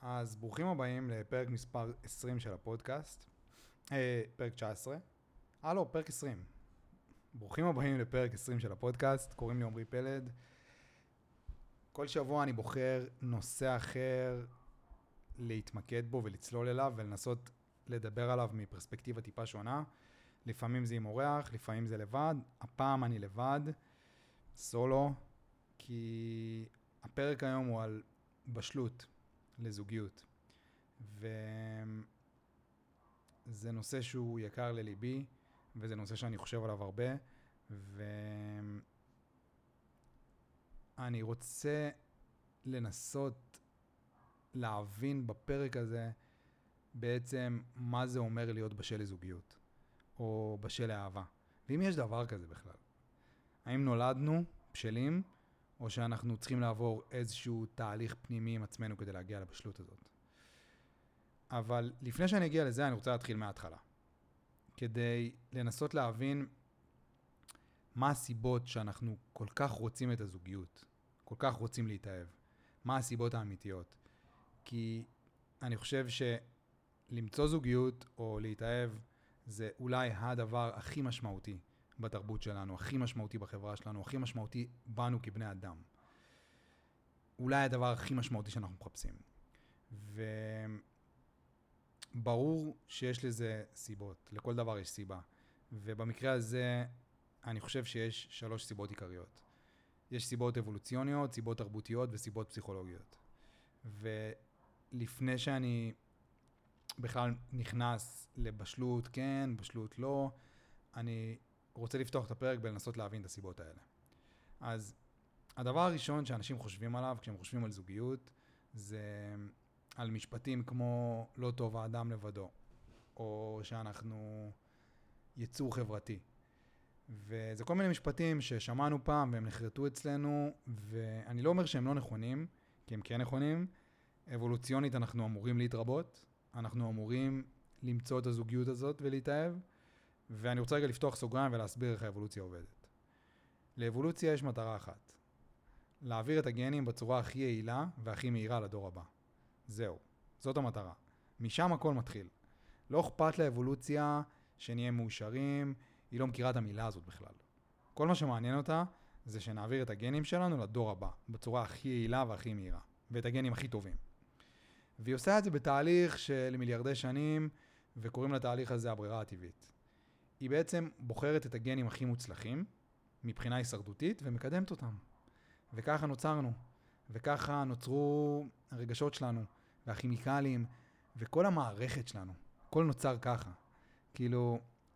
אז ברוכים הבאים לפרק מספר 20 של הפודקאסט, פרק 19. לא, פרק 20. ברוכים הבאים לפרק 20 של הפודקאסט, קוראים לי עומרי פלד. כל שבוע אני בוחר נושא אחר להתמקד בו ולצלול אליו ולנסות לדבר עליו מפרספקטיבה טיפה שונה. לפעמים זה עם אורח, לפעמים זה לבד. הפעם אני לבד, סולו, כי הפרק היום הוא על בשלות לזוגיות. וזה נושא שהוא יקר לליבי, וזה נושא שאני חושב עליו הרבה, ואני רוצה לנסות להבין בפרק הזה בעצם מה זה אומר להיות בשל לזוגיות, או בשל לאהבה. ואם יש דבר כזה בכלל. האם נולדנו בשלים, או שאנחנו צריכים לעבור איזשהו תהליך פנימי עם עצמנו כדי להגיע לבשלות הזאת. אבל לפני שאני אגיע לזה, אני רוצה להתחיל מההתחלה. כדי לנסות להבין מה הסיבות שאנחנו כל כך רוצים את הזוגיות, כל כך רוצים להתאהב. מה הסיבות האמיתיות. כי אני חושב שלמצוא זוגיות או להתאהב זה אולי הדבר הכי משמעותי בתרבות שלנו, הכי משמעותי בחברה שלנו, הכי משמעותי בנו כבני אדם. אולי הדבר הכי משמעותי שאנחנו מחפשים. ברור שיש לזה סיבות, לכל דבר יש סיבה. ובמקרה הזה אני חושב שיש 3 סיבות עיקריות. יש סיבות אבולוציוניות, סיבות תרבותיות וסיבות פסיכולוגיות. ולפני שאני בכלל נכנס לבשלות כן, בשלות לא, אני רוצה לפתוח את הפרק ולנסות להבין את הסיבות האלה. אז הדבר הראשון שאנשים חושבים עליו כשהם חושבים על זוגיות זה על משפטים כמו לא טוב האדם לבדו, או שאנחנו יצור חברתי. וזה כל מיני משפטים ששמענו פעם והם נחרטו אצלנו, ואני לא אומר שהם לא נכונים, כי הם כן נכונים. אבולוציונית אנחנו אמורים להתרבות, אנחנו אמורים למצוא את הזוגיות הזאת ולהתאהב, ואני רוצה רגע לפתוח סוגריים ולהסביר איך האבולוציה עובדת. לאבולוציה יש מטרה אחת, להעביר את הגנים בצורה הכי יעילה והכי מהירה לדור הבא. זהו, זאת המטרה. משם הכל מתחיל. לא אכפת לאבולוציה שנהיה מאושרים, היא לא מכירה את המילה הזאת בכלל. כל מה שמעניין אותה זה שנעביר את הגנים שלנו לדור הבא, בצורה הכי יעילה והכי מהירה, ואת הגנים הכי טובים. והיא עושה את זה בתהליך של מיליארדי שנים, וקוראים לתהליך הזה הברירה הטבעית. היא בעצם בוחרת את הגנים הכי מוצלחים, מבחינה הישרדותית, ומקדמת אותם. וככה נוצרנו, וככה נוצרו הרגשות שלנו, והכימיקלים, וכל המערכת שלנו. הכל נוצר ככה. כאילו,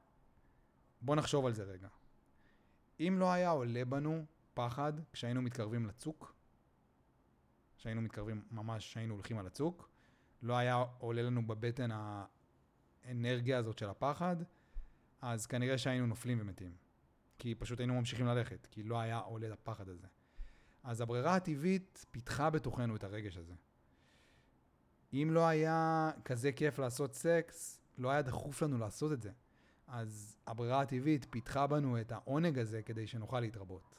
בוא נחשוב על זה רגע. אם לא היה עולה בנו פחד כשהיינו מתקרבים לצוק, כשהיינו מתקרבים ממש, כשהיינו הולכים על הצוק, לא היה עולה לנו בבטן האנרגיה הזאת של הפחד, אז כנראה שהיינו נופלים ומתים. כי פשוט היינו ממשיכים ללכת, כי לא היה עולה לפחד הזה. אז הברירה הטבעית פיתחה בתוכנו את הרגש הזה. אם לא היה כזה כיף לעשות סקס, לא היה דחוף לנו לעשות את זה. אז הברירה הטבעית פיתחה בנו את העונג הזה כדי שנוכל להתרבות.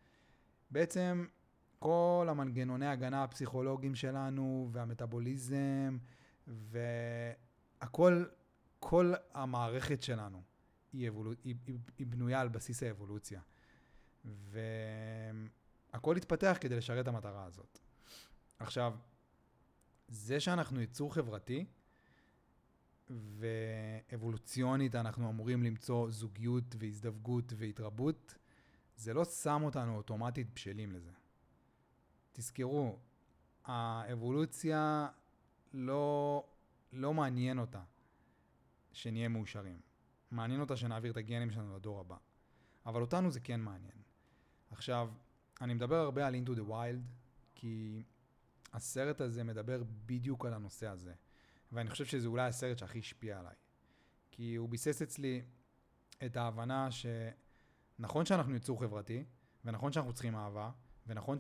בעצם כל המנגנוני הגנה הפסיכולוגיים שלנו והמטאבוליזם והכל, כל המערכת שלנו היא בנויה על בסיס האבולוציה. והכל התפתח כדי לשרת את המטרה הזאת. עכשיו, זה שאנחנו יצור חברתי, ואבולוציונית אנחנו אמורים למצוא זוגיות והזדווגות והתרבות, זה לא שם אותנו אוטומטית בשלים לזה. תזכרו, האבולוציה לא מעניין אותה שנהיה מאושרים. מעניין אותה שנעביר את הגנים שלנו לדור הבא. אבל אותנו זה כן מעניין. עכשיו, אני מדבר הרבה על Into the Wild, כי הסרט הזה מדבר בדיוק על הנושא הזה. ואני חושב שזה אולי הסרט שהכי השפיע עליי. כי הוא ביסס אצלי את ההבנה שנכון שאנחנו יצור חברתי, ונכון שאנחנו צריכים אהבה, ונכון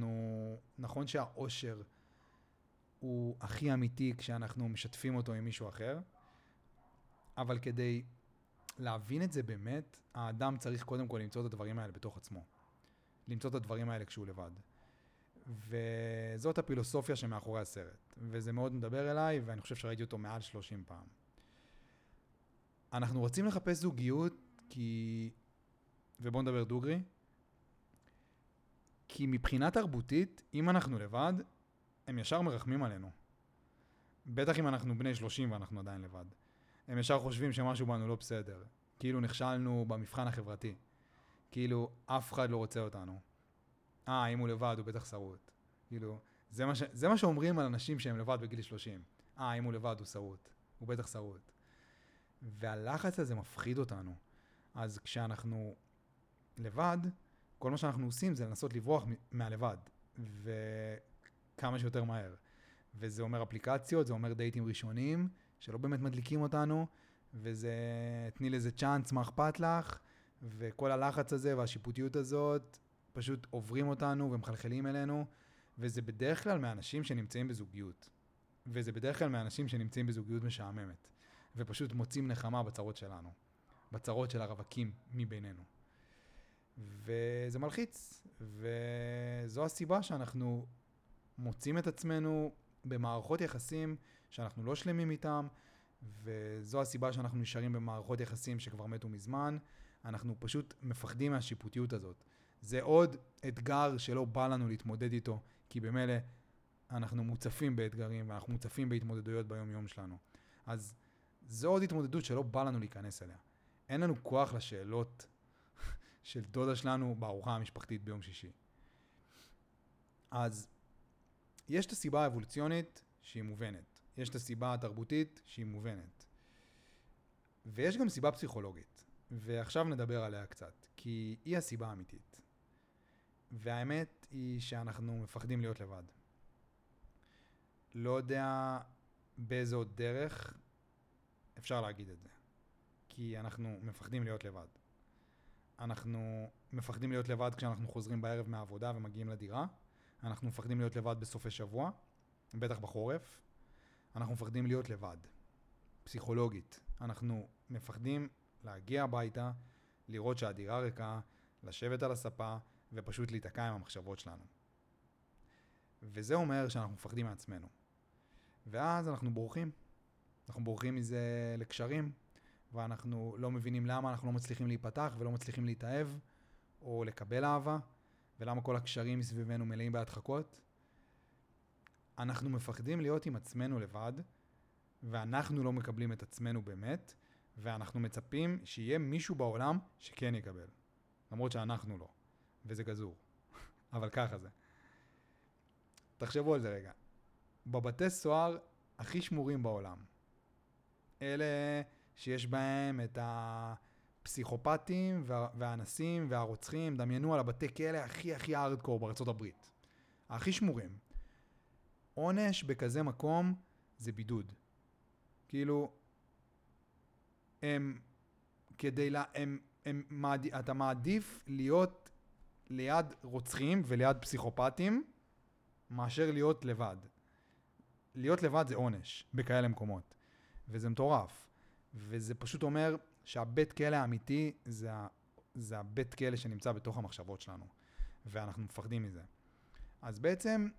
שהאושר הוא הכי אמיתי כשאנחנו משתפים אותו עם מישהו אחר, אבל כדי להבין את זה באמת, האדם צריך קודם כל למצוא את הדברים האלה בתוך עצמו. למצוא את הדברים האלה כשהוא לבד. וזאת הפילוסופיה שמאחורי הסרט. וזה מאוד מדבר אליי, ואני חושב שראיתי אותו מעל 30 פעם. אנחנו רוצים לחפש זוגיות, ובואו נדבר דוגרי, כי מבחינה תרבותית, אם אנחנו לבד, הם ישר מרחמים עלינו. בטח אם אנחנו בני 30 ואנחנו עדיין לבד. הם ישר חושבים שמשהו בנו לא בסדר. כאילו נכשלנו במבחן החברתי. כאילו אף אחד לא רוצה אותנו. אם הוא לבד הוא בטח שרוט. כאילו, זה מה שאומרים על אנשים שהם לבד בגיל 30. אם הוא לבד הוא שרוט. הוא בטח שרוט. והלחץ הזה מפחיד אותנו. אז כשאנחנו לבד, כל מה שאנחנו עושים זה לנסות לברוח מהלבד. וכמה שיותר מהר. וזה אומר אפליקציות, זה אומר דייטים ראשונים, שלא באמת מדליקים אותנו, וזה, תני לזה צ'אנס, מה אכפת לך, וכל הלחץ הזה והשיפוטיות הזאת, פשוט עוברים אותנו ומחלחלים אלינו, וזה בדרך כלל מאנשים שנמצאים בזוגיות. וזה בדרך כלל מאנשים שנמצאים בזוגיות משעממת, ופשוט מוצאים נחמה בצרות שלנו, בצרות של הרווקים מבינינו. וזה מלחיץ, וזו הסיבה שאנחנו מוצאים את עצמנו במערכות יחסים שאנחנו לא שלמים איתם, וזו הסיבה שאנחנו נשארים במערכות יחסים שכבר מתו מזמן. אנחנו פשוט מפחדים מהשיפוטיות הזאת. זה עוד אתגר שלא בא לנו להתמודד איתו, כי במילא אנחנו מוצפים באתגרים ואנחנו מוצפים בהתמודדויות ביום יום שלנו. אז זו עוד התמודדות שלא בא לנו להיכנס אליה. אין לנו כוח לשאלות של דודה שלנו בארוחה המשפחתית ביום שישי. אז יש את הסיבה האבולוציונית שהיא מובנת. יש את הסיבה התרבותית שהיא מובנת. ויש גם סיבה פסיכולוגית. ועכשיו נדבר עליה קצת, כי היא הסיבה האמיתית. והאמת היא שאנחנו מפחדים להיות לבד. לא יודע באיזו דרך אפשר להגיד את זה. כי אנחנו מפחדים להיות לבד. אנחנו מפחדים להיות לבד כשאנחנו חוזרים בערב מהעבודה ומגיעים לדירה. אנחנו מפחדים להיות לבד בסופי שבוע, בטח בחורף. אנחנו מפחדים להיות לבד, פסיכולוגית. אנחנו מפחדים להגיע הביתה, לראות שהדירה ריקה, לשבת על הספה ופשוט להתעקע עם המחשבות שלנו. וזה אומר שאנחנו מפחדים מעצמנו. ואז אנחנו בורחים. אנחנו בורחים מזה לקשרים, ואנחנו לא מבינים למה אנחנו לא מצליחים להיפתח ולא מצליחים להתאהב או לקבל אהבה, ולמה כל הקשרים מסביבנו מלאים בהדחקות. אנחנו מפחדים להיות עם עצמנו לבד, ואנחנו לא מקבלים את עצמנו באמת, ואנחנו מצפים שיהיה מישהו בעולם שכן יקבל. למרות שאנחנו לא, וזה גזור. אבל ככה זה. תחשבו על זה רגע. בבתי סוהר הכי שמורים בעולם, אלה שיש בהם את הפסיכופטים והאנסים והרוצחים, דמיינו על הבתי כלא הכי הארדקור בארצות הברית. הכי שמורים. עונש בכזה מקום זה בידוד. כאילו, אתה מעדיף להיות ליד רוצחים וליד פסיכופטים, מאשר להיות לבד. להיות לבד זה עונש בכאלה מקומות. וזה מטורף. וזה פשוט אומר שהבית כלא האמיתי זה הבית כלא שנמצא בתוך המחשבות שלנו. ואנחנו מפחדים מזה. אז בעצם,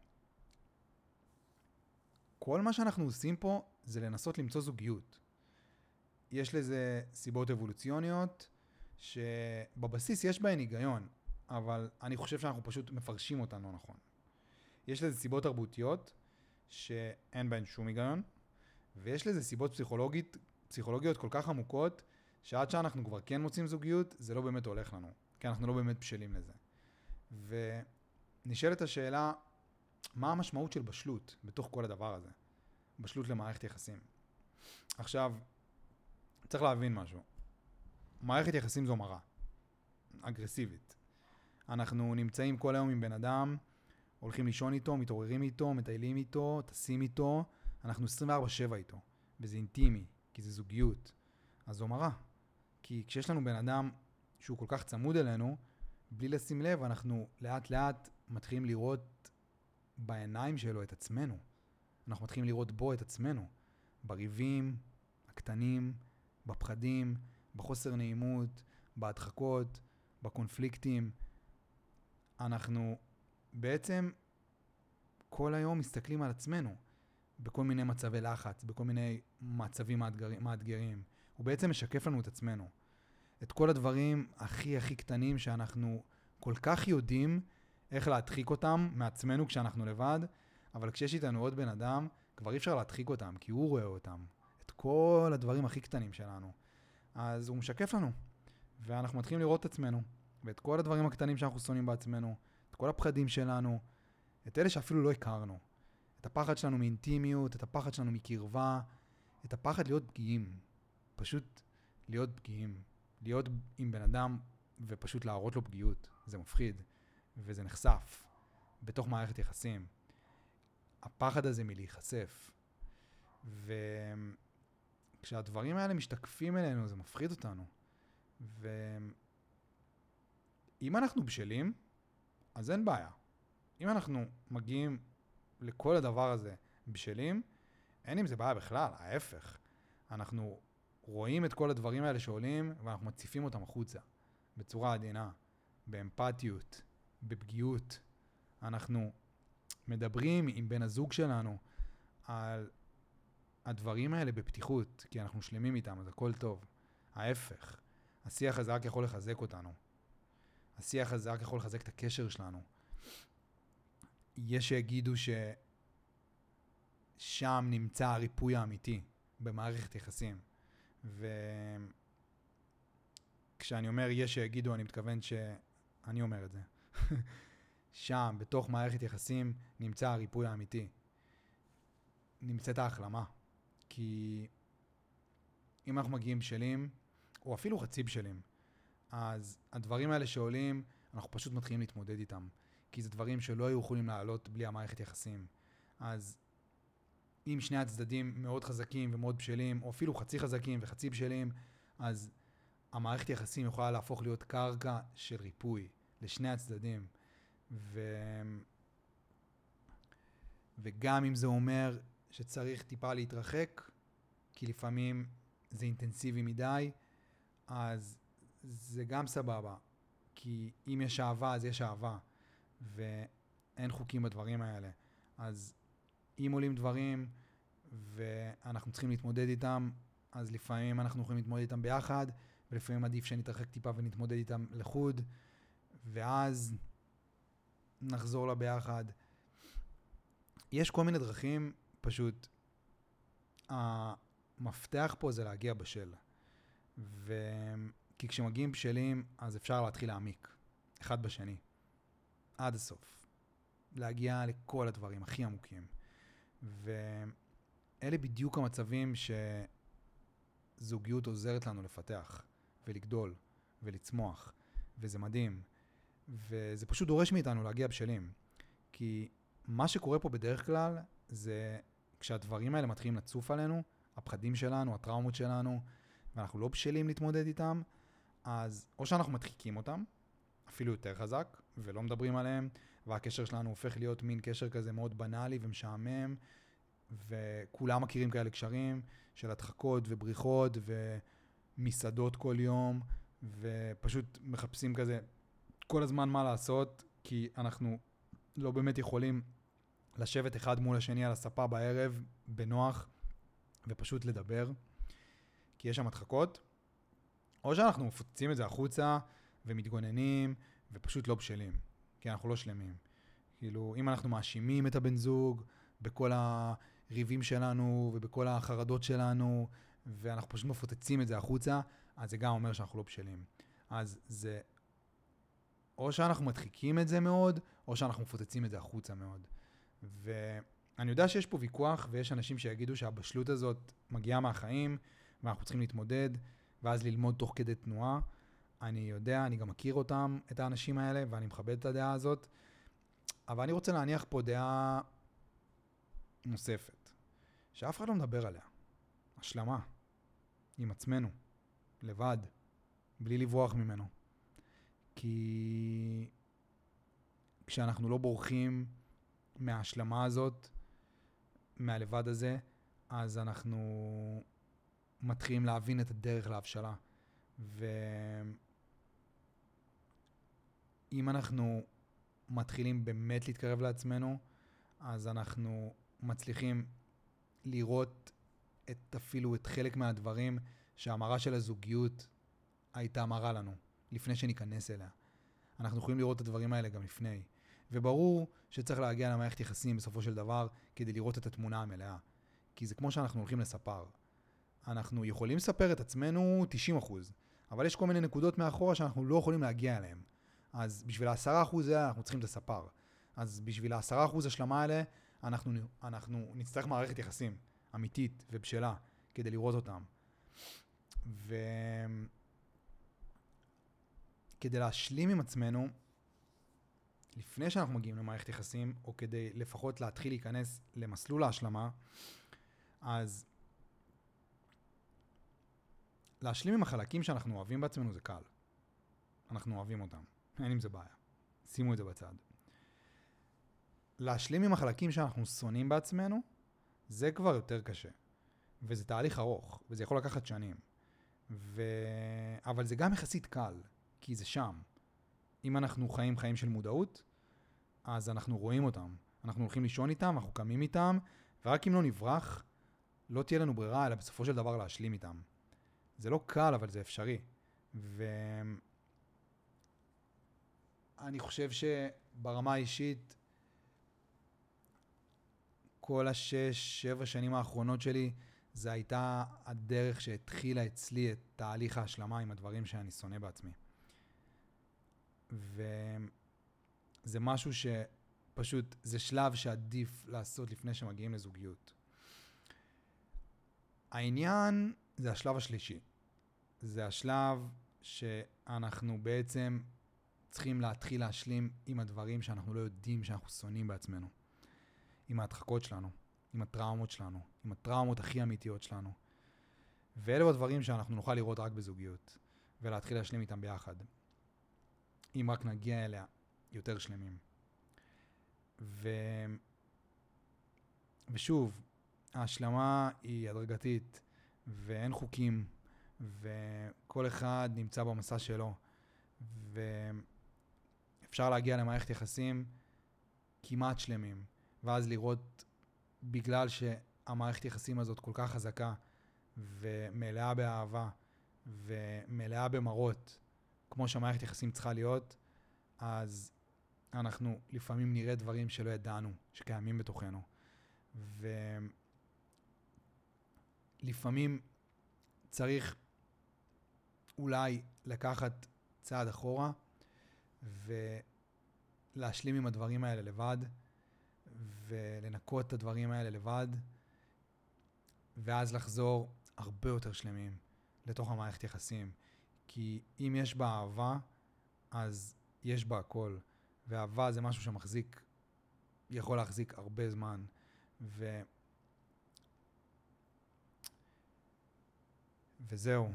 כל מה שאנחנו עושים פה זה לנסות למצוא זוגיות. יש לזה סיבות אבולוציוניות שבבסיס יש בהן היגיון, אבל אני חושב שאנחנו פשוט מפרשים אותן לא נכון. יש לזה סיבות תרבותיות שאין בהן שום היגיון, ויש לזה סיבות פסיכולוגיות כל כך עמוקות, שעד שאנחנו כבר כן מוצאים זוגיות, זה לא באמת הולך לנו, כי אנחנו לא באמת בשלים לזה. ונשאלת השאלה, מה המשמעות של בשלות בתוך כל הדבר הזה? בשלות למערכת יחסים. עכשיו, צריך להבין משהו. מערכת יחסים זו מראה. אגרסיבית. אנחנו נמצאים כל היום עם בן אדם, הולכים לישון איתו, מתעוררים איתו, מטיילים איתו, טסים איתו, אנחנו 24/7 איתו. וזה אינטימי, כי זה זוגיות. אז זו מראה. כי כשיש לנו בן אדם שהוא כל כך צמוד אלינו, בלי לשים לב, אנחנו לאט לאט מתחילים לראות בעיניים שלו את עצמנו. אנחנו מתחילים לראות בו את עצמנו. בריבים, הקטנים, בפחדים, בחוסר נעימות, בהדחקות, בקונפליקטים. אנחנו בעצם כל היום מסתכלים על עצמנו, בכל מיני מצבי לחץ, בכל מיני מצבים מאתגרים. הוא בעצם משקף לנו את עצמנו. את כל הדברים הכי הכי קטנים שאנחנו כל כך יודעים איך להדחיק אותם מעצמנו כשאנחנו לבד, אבל כשיש איתנו עוד בן אדם, כבר אי אפשר להדחיק אותם, כי הוא רואה אותם. את כל הדברים הכי קטנים שלנו. אז הוא משקף לנו, ואנחנו מתחילים לראות את עצמנו, ואת כל הדברים הקטנים שאנחנו שונאים בעצמנו, את כל הפחדים שלנו, את אלה שאפילו לא הכרנו. את הפחד שלנו מאינטימיות, את הפחד שלנו מקרבה, את הפחד להיות פגיעים. פשוט להיות פגיעים. להיות עם בן אדם ופשוט להראות לו פגיעות. זה מפחיד, וזה נחשף בתוך מערכת יחסים. הפחד הזה מלהיחשף. וכשהדברים האלה משתקפים אלינו, זה מפחיד אותנו. ואם אנחנו בשלים, אז אין בעיה. אם אנחנו מגיעים לכל הדבר הזה בשלים, אין עם זה בעיה בכלל, ההפך. אנחנו רואים את כל הדברים האלה שעולים, ואנחנו מציפים אותם החוצה, בצורה עדינה, באמפתיות, בפגיעות. אנחנו מדברים עם בן הזוג שלנו על הדברים האלה בפתיחות, כי אנחנו שלמים איתם, אז הכל טוב. ההפך. השיח הזה רק יכול לחזק אותנו. השיח הזה רק יכול לחזק את הקשר שלנו. יש שיגידו ששם נמצא הריפוי האמיתי במערכת יחסים. וכשאני אומר יש שיגידו, אני מתכוון שאני אומר את זה. שם, בתוך מערכת יחסים, נמצא הריפוי האמיתי. נמצאת ההחלמה. כי אם אנחנו מגיעים בשלים, או אפילו חצי בשלים, אז הדברים האלה שעולים, אנחנו פשוט מתחילים להתמודד איתם. כי זה דברים שלא היו יכולים לעלות בלי המערכת יחסים. אז אם שני הצדדים מאוד חזקים ומאוד בשלים, או אפילו חצי חזקים וחצי בשלים, אז המערכת יחסים יכולה להפוך להיות קרקע של ריפוי לשני הצדדים. וגם אם זה אומר שצריך טיפה להתרחק, כי לפעמים זה אינטנסיבי מדי, אז זה גם סבבה. כי אם יש אהבה, אז יש אהבה. ואין חוקים בדברים האלה. אז אם עולים דברים ואנחנו צריכים להתמודד איתם, אז לפעמים אנחנו יכולים להתמודד איתם ביחד, ולפעמים עדיף שנתרחק טיפה ונתמודד איתם לחוד, ואז נחזור לה ביחד. יש כל מיני דרכים, פשוט המפתח פה זה להגיע בשל. כי כשמגיעים בשלים, אז אפשר להתחיל להעמיק, אחד בשני, עד הסוף. להגיע לכל הדברים הכי עמוקים. ואלה בדיוק המצבים שזוגיות עוזרת לנו לפתח, ולגדול, ולצמוח. וזה מדהים. וזה פשוט דורש מאיתנו להגיע בשלים. כי מה שקורה פה בדרך כלל, זה כשהדברים האלה מתחילים לצוף עלינו, הפחדים שלנו, הטראומות שלנו, ואנחנו לא בשלים להתמודד איתם, אז או שאנחנו מדחיקים אותם, אפילו יותר חזק, ולא מדברים עליהם, והקשר שלנו הופך להיות מין קשר כזה מאוד בנאלי ומשעמם, וכולם מכירים כאלה קשרים של הדחקות ובריחות ומסעדות כל יום, ופשוט מחפשים כזה כל הזמן מה לעשות, כי אנחנו לא באמת יכולים לשבת אחד מול השני על הספה בערב בנוח, ופשוט לדבר, כי יש שם הדחקות, או שאנחנו מפוצצים את זה החוצה ומתגוננים ופשוט לא בשלים, כי אנחנו לא שלמים. כאילו, אם אנחנו מאשימים את הבן זוג בכל הריבים שלנו ובכל החרדות שלנו, ואנחנו פשוט מפוצצים את זה החוצה, אז זה גם אומר שאנחנו לא בשלים. אז זה או שאנחנו מדחיקים את זה מאוד, או שאנחנו מפוצצים את זה החוצה מאוד. ואני יודע שיש פה ויכוח, ויש אנשים שיגידו שהבשלות הזאת מגיעה מהחיים, ואנחנו צריכים להתמודד, ואז ללמוד תוך כדי תנועה. אני יודע, אני גם מכיר אותם, את האנשים האלה, ואני מכבד את הדעה הזאת. אבל אני רוצה להניח פה דעה נוספת, שאף אחד לא מדבר עליה. השלמה, עם עצמנו, לבד, בלי לברוח ממנו. כי כשאנחנו לא בורחים מההשלמה הזאת, מהלבד הזה, אז אנחנו מתחילים להבין את הדרך להבשלה. ואם אנחנו מתחילים באמת להתקרב לעצמנו, אז אנחנו מצליחים לראות אפילו את חלק מהדברים שהמראה של הזוגיות הייתה מראה לנו, לפני שניכנס אליה. אנחנו יכולים לראות את הדברים האלה גם לפני. וברור שצריך להגיע למערכת יחסים בסופו של דבר, כדי לראות את התמונה המלאה. כי זה כמו שאנחנו הולכים לספר. אנחנו יכולים לספר את עצמנו 90%, אבל יש כל מיני נקודות מאחורה שאנחנו לא יכולים להגיע אליהן. אז בשביל 10% האלה אנחנו צריכים לספר. אז בשביל 10% השלמה האלה, אנחנו נצטרך מערכת יחסים אמיתית ובשלה, כדי לראות אותם. כדי להשלים עם עצמנו, לפני שאנחנו מגיעים למערכת יחסים, או כדי לפחות להתחיל להיכנס למסלול ההשלמה, אז להשלים עם החלקים שאנחנו אוהבים בעצמנו זה קל. אנחנו אוהבים אותם. אין עם זה בעיה. שימו את זה בצד. להשלים עם החלקים שאנחנו שונאים בעצמנו, זה כבר יותר קשה. וזה תהליך ארוך, וזה יכול לקחת שנים. אבל זה גם יחסית קל, כי זה שם. אם אנחנו חיים של מודעות, אז אנחנו רואים אותם. אנחנו הולכים לישון איתם, אנחנו קמים איתם, ורק אם לא נברח, לא תהיה לנו ברירה, אלא בסופו של דבר להשלים איתם. זה לא קל, אבל זה אפשרי. אני חושב שברמה האישית, כל 6-7 שנים האחרונות שלי, זה הייתה הדרך שהתחילה אצלי את תהליך ההשלמה עם הדברים שאני שונא בעצמי. וזה משהו שפשוט, זה שלב שעדיף לעשות לפני שמגיעים לזוגיות. העניין זה השלב השלישי. זה השלב שאנחנו בעצם צריכים להתחיל להשלים עם הדברים שאנחנו לא יודעים שאנחנו שונאים בעצמנו. עם ההדחקות שלנו, עם הטראומות שלנו, עם הטראומות הכי אמיתיות שלנו. ואלו הדברים שאנחנו נוכל לראות רק בזוגיות, ולהתחיל להשלים איתם ביחד. אם רק נגיע אליה יותר שלמים. ושוב, ההשלמה היא הדרגתית, ואין חוקים, וכל אחד נמצא במסע שלו, ואפשר להגיע למערכת יחסים כמעט שלמים, ואז לראות, בגלל שהמערכת יחסים הזאת כל כך חזקה, ומלאה באהבה, ומלאה במראות, כמו שהמערכת יחסים צריכה להיות, אז אנחנו לפעמים נראה דברים שלא ידענו, שקיימים בתוכנו. ולפעמים צריך אולי לקחת צעד אחורה, ולהשלים עם הדברים האלה לבד, ולנקות את הדברים האלה לבד, ואז לחזור הרבה יותר שלמים לתוך המערכת יחסים. כי אם יש בה אהבה, אז יש בה הכל. ואהבה זה משהו שמחזיק, יכול להחזיק הרבה זמן. וזהו.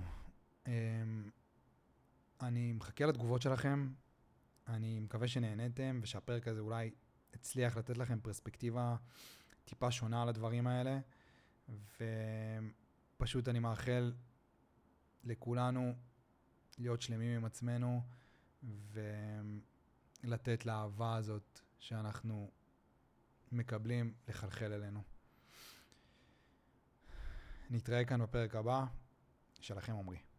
אני מחכה לתגובות שלכם. אני מקווה שנהנתם, ושהפרק הזה אולי הצליח לתת לכם פרספקטיבה טיפה שונה על הדברים האלה. ופשוט אני מאחל לכולנו להיות שלמים עם עצמנו, ולתת לאהבה הזאת שאנחנו מקבלים לחלחל אלינו. נתראה כאן בפרק הבא. שלכם עמרי.